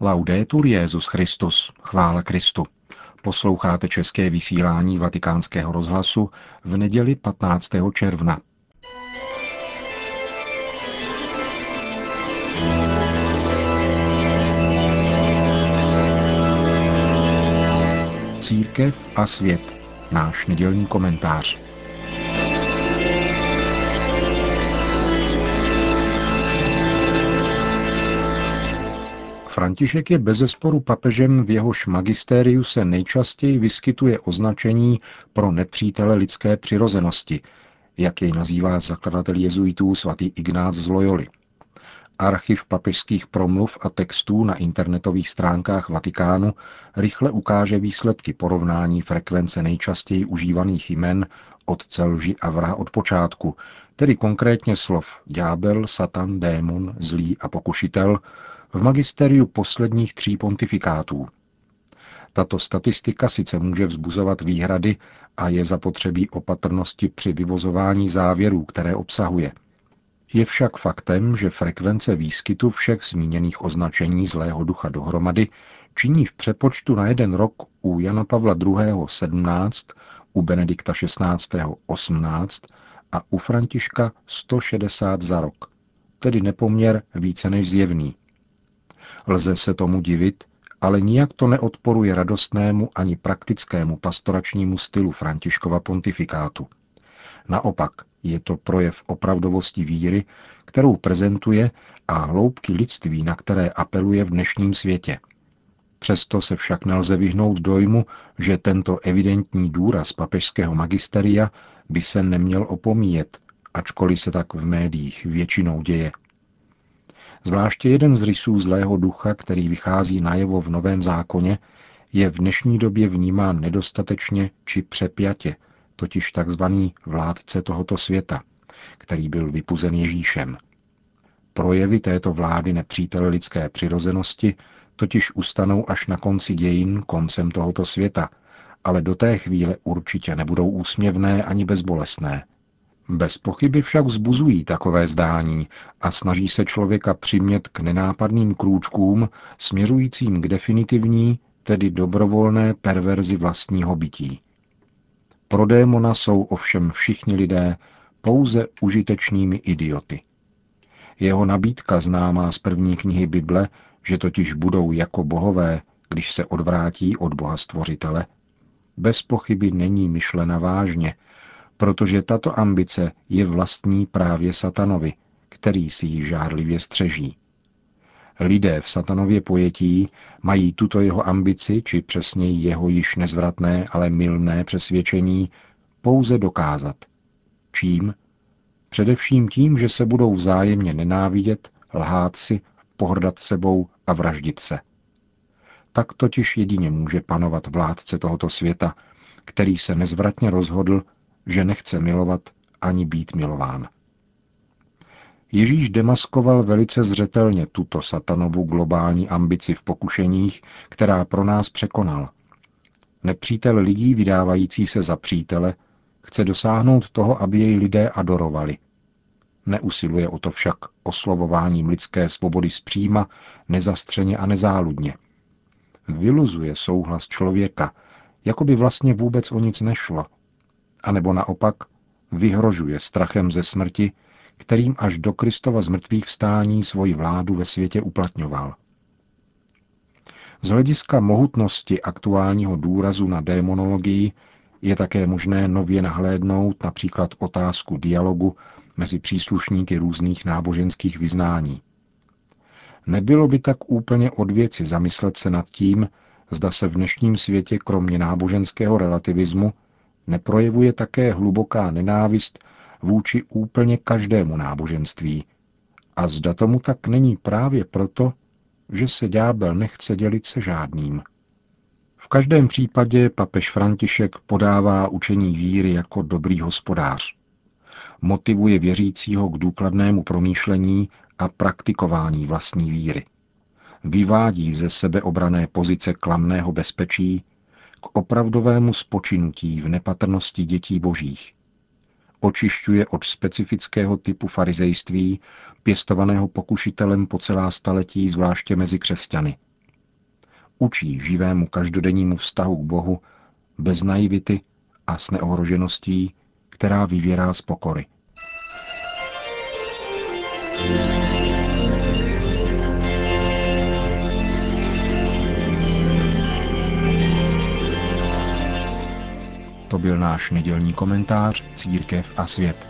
Laudetur Jesus Christus, chvála Kristu. Posloucháte české vysílání Vatikánského rozhlasu v neděli 15. června. Církev a svět. Náš nedělní komentář. František je bezesporu papežem, v jehož magistériu se nejčastěji vyskytuje označení pro nepřítele lidské přirozenosti, jak jej nazývá zakladatel jezuitů svatý Ignác z Loyoly. Archiv papežských promluv a textů na internetových stránkách Vatikánu rychle ukáže výsledky porovnání frekvence nejčastěji užívaných jmen Otce lži a vraha od počátku, tedy konkrétně slov ďábel, satan, démon, zlý a pokušitel, v magisteriu posledních 3 pontifikátů. Tato statistika sice může vzbuzovat výhrady a je zapotřebí opatrnosti při vyvozování závěrů, které obsahuje. Je však faktem, že frekvence výskytu všech zmíněných označení zlého ducha dohromady činí v přepočtu na jeden rok u Jana Pavla II. 17, u Benedikta XVI. 18 a u Františka 160 za rok, tedy nepoměr více než zjevný. Lze se tomu divit, ale nijak to neodporuje radostnému ani praktickému pastoračnímu stylu Františkova pontifikátu. Naopak, je to projev opravdovosti víry, kterou prezentuje, a hloubky lidství, na které apeluje v dnešním světě. Přesto se však nelze vyhnout dojmu, že tento evidentní důraz papežského magisteria by se neměl opomíjet, ačkoliv se tak v médiích většinou děje. Zvláště jeden z rysů zlého ducha, který vychází najevo v Novém zákoně, je v dnešní době vnímán nedostatečně či přepjatě, totiž takzvaný vládce tohoto světa, který byl vypuzen Ježíšem. Projevy této vlády nepřítele lidské přirozenosti totiž ustanou až na konci dějin, koncem tohoto světa, ale do té chvíle určitě nebudou úsměvné ani bezbolestné. Bez pochyby však vzbuzují takové zdání a snaží se člověka přimět k nenápadným krůčkům směřujícím k definitivní, tedy dobrovolné perverzi vlastního bytí. Pro démona jsou ovšem všichni lidé pouze užitečnými idioty. Jeho nabídka známá z první knihy Bible, že totiž budou jako bohové, když se odvrátí od Boha Stvořitele, bez pochyby není myšlena vážně, protože tato ambice je vlastní právě satanovi, který si ji žárlivě střeží. Lidé v satanově pojetí mají tuto jeho ambici, či přesněji jeho již nezvratné, ale mylné přesvědčení pouze dokázat. Čím? Především tím, že se budou vzájemně nenávidět, lhát si, pohrdat sebou a vraždit se. Tak totiž jedině může panovat vládce tohoto světa, který se nezvratně rozhodl, že nechce milovat ani být milován. Ježíš demaskoval velice zřetelně tuto satanovu globální ambici v pokušeních, která pro nás překonal. Nepřítel lidí vydávající se za přítele chce dosáhnout toho, aby jej lidé adorovali. Neusiluje o to však oslovováním lidské svobody zpříma, nezastřeně a nezáludně. Vyluzuje souhlas člověka, jako by vlastně vůbec o nic nešlo. A nebo naopak vyhrožuje strachem ze smrti, kterým až do Kristova zmrtvýchvstání svoji vládu ve světě uplatňoval. Z hlediska mohutnosti aktuálního důrazu na démonologii je také možné nově nahlédnout například otázku dialogu mezi příslušníky různých náboženských vyznání. Nebylo by tak úplně od věci zamyslet se nad tím, zda se v dnešním světě kromě náboženského relativismu neprojevuje také hluboká nenávist vůči úplně každému náboženství. A zda tomu tak není právě proto, že se ďábel nechce dělit se žádným. V každém případě papež František podává učení víry jako dobrý hospodář. Motivuje věřícího k důkladnému promýšlení a praktikování vlastní víry. Vyvádí ze sebeobrané pozice klamného bezpečí k opravdovému spočinutí v nepatrnosti dětí božích. Očišťuje od specifického typu farizejství, pěstovaného pokušitelem po celá staletí, zvláště mezi křesťany. učí živému každodennímu vztahu k Bohu bez naivity a s neohrožeností, která vyvěrá z pokory. To byl náš nedělní komentář Církev a svět.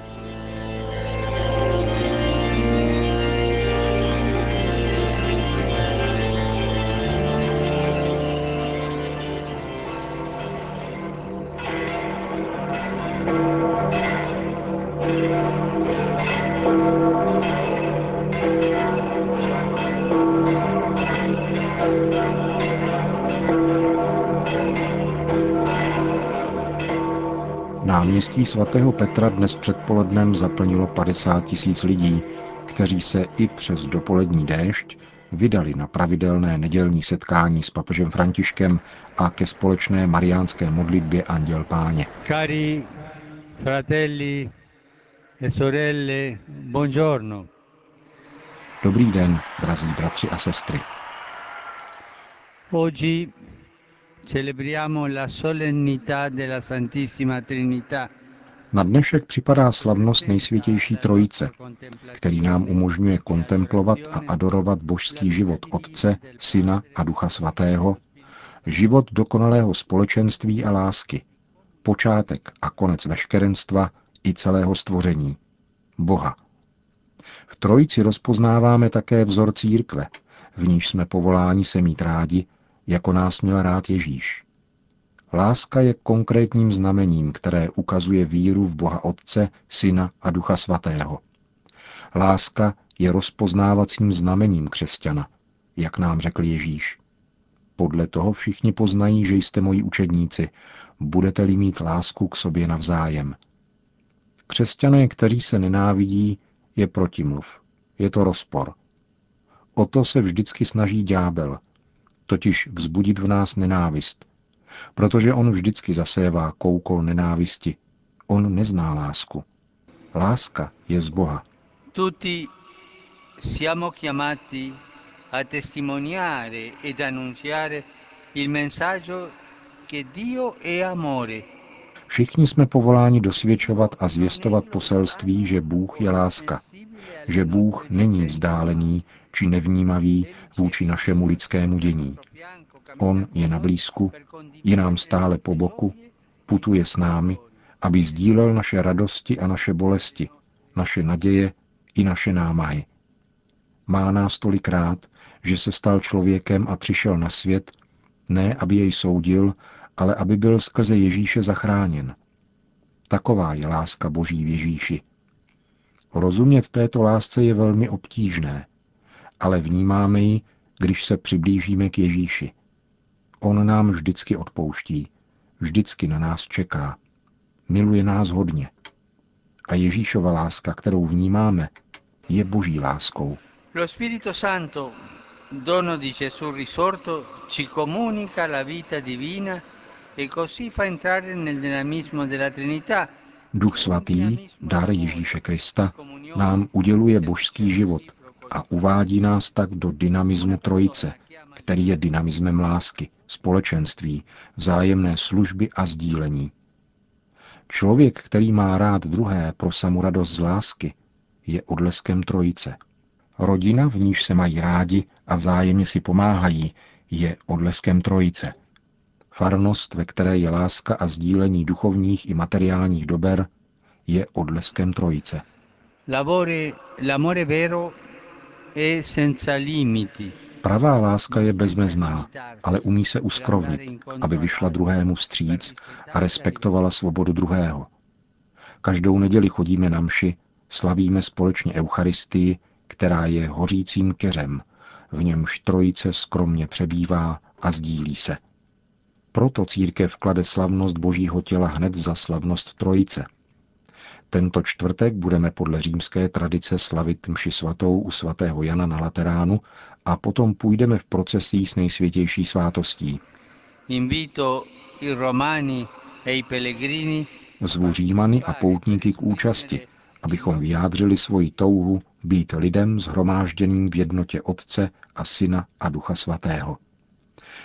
Náměstí svatého Petra dnes předpolednem zaplnilo 50 000 lidí, kteří se i přes dopolední déšť vydali na pravidelné nedělní setkání s papežem Františkem a ke společné mariánské modlitbě Anděl Páně. Cari fratelli e sorelle, buongiorno. Dobrý den, drazí bratři a sestry. Oggi celebriamo la solennità della Santissima Trinità. Na dnešek připadá slavnost Nejsvětější Trojice, který nám umožňuje kontemplovat a adorovat božský život Otce, Syna a Ducha Svatého, život dokonalého společenství a lásky, počátek a konec veškerenstva i celého stvoření, Boha. V Trojici rozpoznáváme také vzor církve, v níž jsme povoláni se mít rádi, jako nás měl rád Ježíš. Láska je konkrétním znamením, které ukazuje víru v Boha Otce, Syna a Ducha Svatého. Láska je rozpoznávacím znamením křesťana, jak nám řekl Ježíš. Podle toho všichni poznají, že jste moji učedníci, budete-li mít lásku k sobě navzájem. Křesťané, kteří se nenávidí, je protimluv. Je to rozpor. O to se vždycky snaží ďábel, totiž vzbudit v nás nenávist, protože on vždycky zasévá koukol nenávisti. On nezná lásku. Láska je z Boha. Tutti siamo chiamati a testimoniare ed annunziare il messaggio che Dio è amore. Všichni jsme povoláni dosvědčovat a zvěstovat poselství, že Bůh je láska, že Bůh není vzdálený či nevnímavý vůči našemu lidskému dění. On je na blízku, je nám stále po boku, putuje s námi, aby sdílel naše radosti a naše bolesti, naše naděje i naše námahy. Má nás tolik rád, že se stal člověkem a přišel na svět, ne aby jej soudil, ale aby byl skrze Ježíše zachráněn. Taková je láska Boží v Ježíši. Rozumět této lásce je velmi obtížné, ale vnímáme ji, když se přiblížíme k Ježíši. On nám vždycky odpouští, vždycky na nás čeká. Miluje nás hodně. A Ježíšova láska, kterou vnímáme, je Boží láskou. Lo Spirito Santo, dono di Gesù risorto, ci comunica la vita divina e così fa entrare nel dinamismo della Trinità. Duch Svatý, dar Ježíše Krista, nám uděluje božský život a uvádí nás tak do dynamismu Trojice, který je dynamismem lásky, společenství, vzájemné služby a sdílení. Člověk, který má rád druhé pro samu radost z lásky, je odleskem Trojice. Rodina, v níž se mají rádi a vzájemně si pomáhají, je odleskem Trojice. Farnost, ve které je láska a sdílení duchovních i materiálních dober, je odleskem Trojice. L'amore vero è senza limiti. Pravá láska je bezmezná, ale umí se uskrovnit, aby vyšla druhému vstříc a respektovala svobodu druhého. Každou neděli chodíme na mši, slavíme společně Eucharistii, která je hořícím keřem, v němž Trojice skromně přebývá a sdílí se. Proto církev klade slavnost Božího těla hned za slavnost Trojice. Tento čtvrtek budeme podle římské tradice slavit mši svatou u svatého Jana na Lateránu a potom půjdeme v procesí s nejsvětější svátostí. Invito i romani e i pellegrini. Zvu Římany a poutníky k účasti, abychom vyjádřili svoji touhu být lidem shromážděným v jednotě Otce a Syna a Ducha Svatého.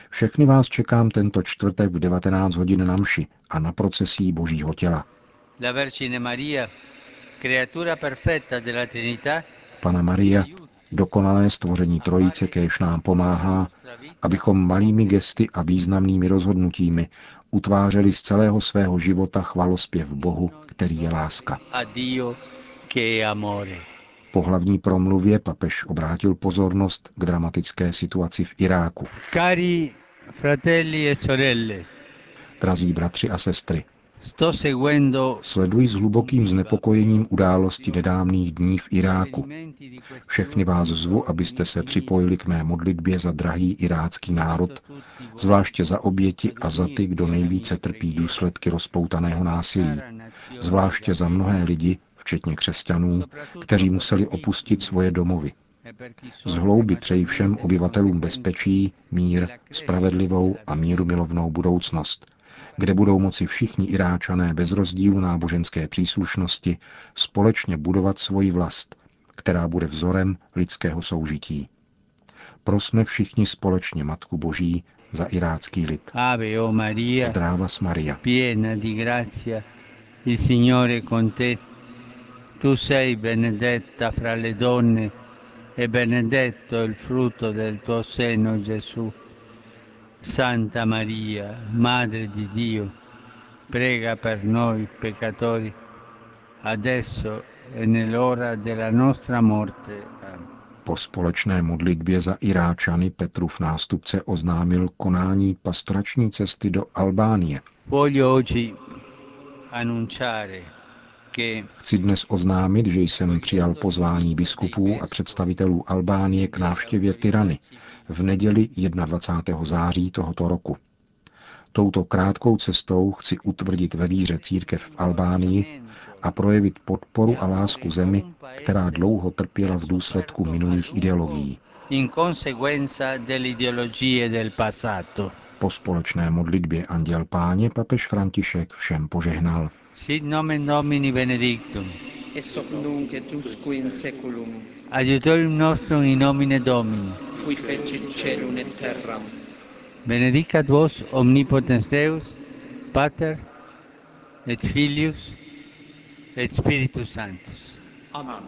Všechny vás čekám tento čtvrtek v 19 hodin na mši a na procesí Božího těla. La Vergine Maria, creatura perfetta della Trinità, Panna Maria, dokonalé stvoření Trojice, kéž nám pomáhá, abychom malými gesty a významnými rozhodnutími utvářeli z celého svého života chvalospěv Bohu, který je láska. a Dio che è amore. Po hlavní promluvě papež obrátil pozornost k dramatické situaci v Iráku. Cari fratelli e sorelle, Drazí bratři a sestry, sto seguendo sleduji s hlubokým znepokojením události nedávných dní v Iráku. Všechny vás zvu, abyste se připojili k mé modlitbě za drahý irácký národ, zvláště za oběti a za ty, kdo nejvíce trpí důsledky rozpoutaného násilí, zvláště za mnohé lidi, včetně křesťanů, kteří museli opustit svoje domovy. Z hloubi přeji všem obyvatelům bezpečí, mír, spravedlivou a mírumilovnou budoucnost, kde budou moci všichni Iráčané bez rozdílu náboženské příslušnosti společně budovat svoji vlast, která bude vzorem lidského soužití. Prosme všichni společně Matku Boží za irácký lid. Ave o Maria, Zdrávas Maria, piena di grazia, il Signore è con te. Tu sei benedetta fra le donne e benedetto il frutto del tuo seno, Gesù. Santa Maria, Madre di Dio, prega per noi peccatori, adesso e nell'ora della nostra morte. Amen. po společné modlitbě za Iráčany Petrův nástupce oznámil konání pastorační cesty do Albánie. Voglio oggi annunciare che Chci dnes oznámit, že jsem přijal pozvání biskupů a představitelů Albánie k návštěvě Tirany v neděli 21. září tohoto roku. Touto krátkou cestou chci utvrdit ve víře církev v Albánii a projevit podporu a lásku zemi, která dlouho trpěla v důsledku minulých ideologií. in conseguenza delle ideologie del passato. Po společné modlitbě Anděl Páně papež František všem požehnal. Sit nomen Domini benedictum. ex hoc nunc et usque in seculum, Aiutorium nostrum in nomine Domini. qui fecit caelum et terram. Benedicat vos omnipotens Deus, Pater et Filius et Spiritus Sanctus. Amen.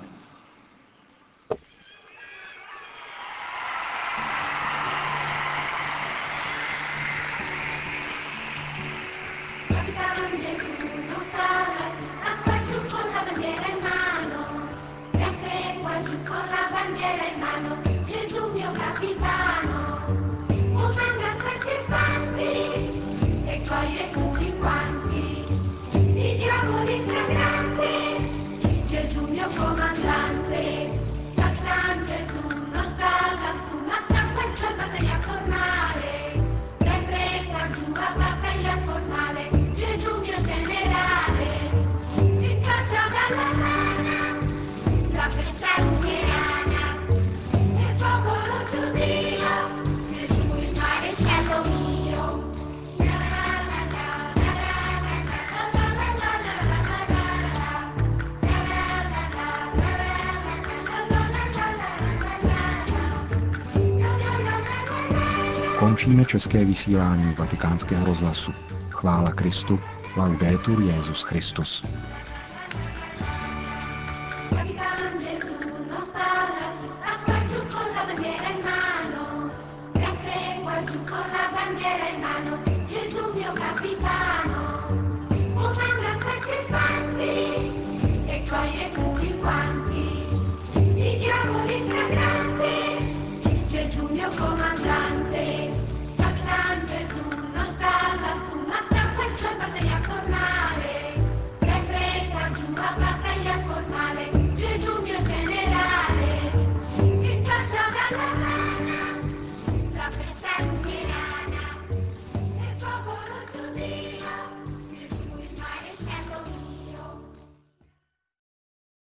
Capitano Gesù non sta lassù, sta qua giù con la bandiera in mano, sempre qua giù con la bandiera in mano, Gesù mio capitano, comanda sette infatti e coglie tutti quanti, i diavoli fragranti, Gesù mio comandante, Capitan Gesù non sta lassù, ma sta qua giù a battaglia col male, sempre qua giù a battaglia col male, Gesù mio generale, ti faccia dalla rana, la freccia luterana, il popolo giudio, Gesù il maresciallo mio. La la la la la la la la la la la la la. La la la la la la la la. Končíme české vysílání Vatikánského rozhlasu. Chvála Kristu, laudetur Jesus Christus. Capitan Gesù non sta lassù, sta qua giù con la bandiera in mano, sempre qua giù con la bandiera in mano, Gesù mio capitano, comanda sette infatti e coglie tutti quanti, i diavoli fragranti, Gesù mio comandante.